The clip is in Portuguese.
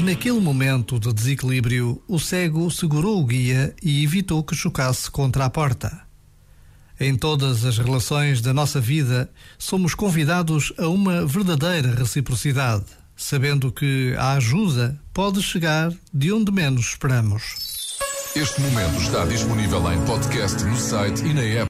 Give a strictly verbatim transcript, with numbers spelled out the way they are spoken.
naquele momento de desequilíbrio, o cego segurou o guia e evitou que chocasse contra a porta. Em todas as relações da nossa vida, somos convidados a uma verdadeira reciprocidade, sabendo que a ajuda pode chegar de onde menos esperamos. Este momento está disponível em podcast no site e na app.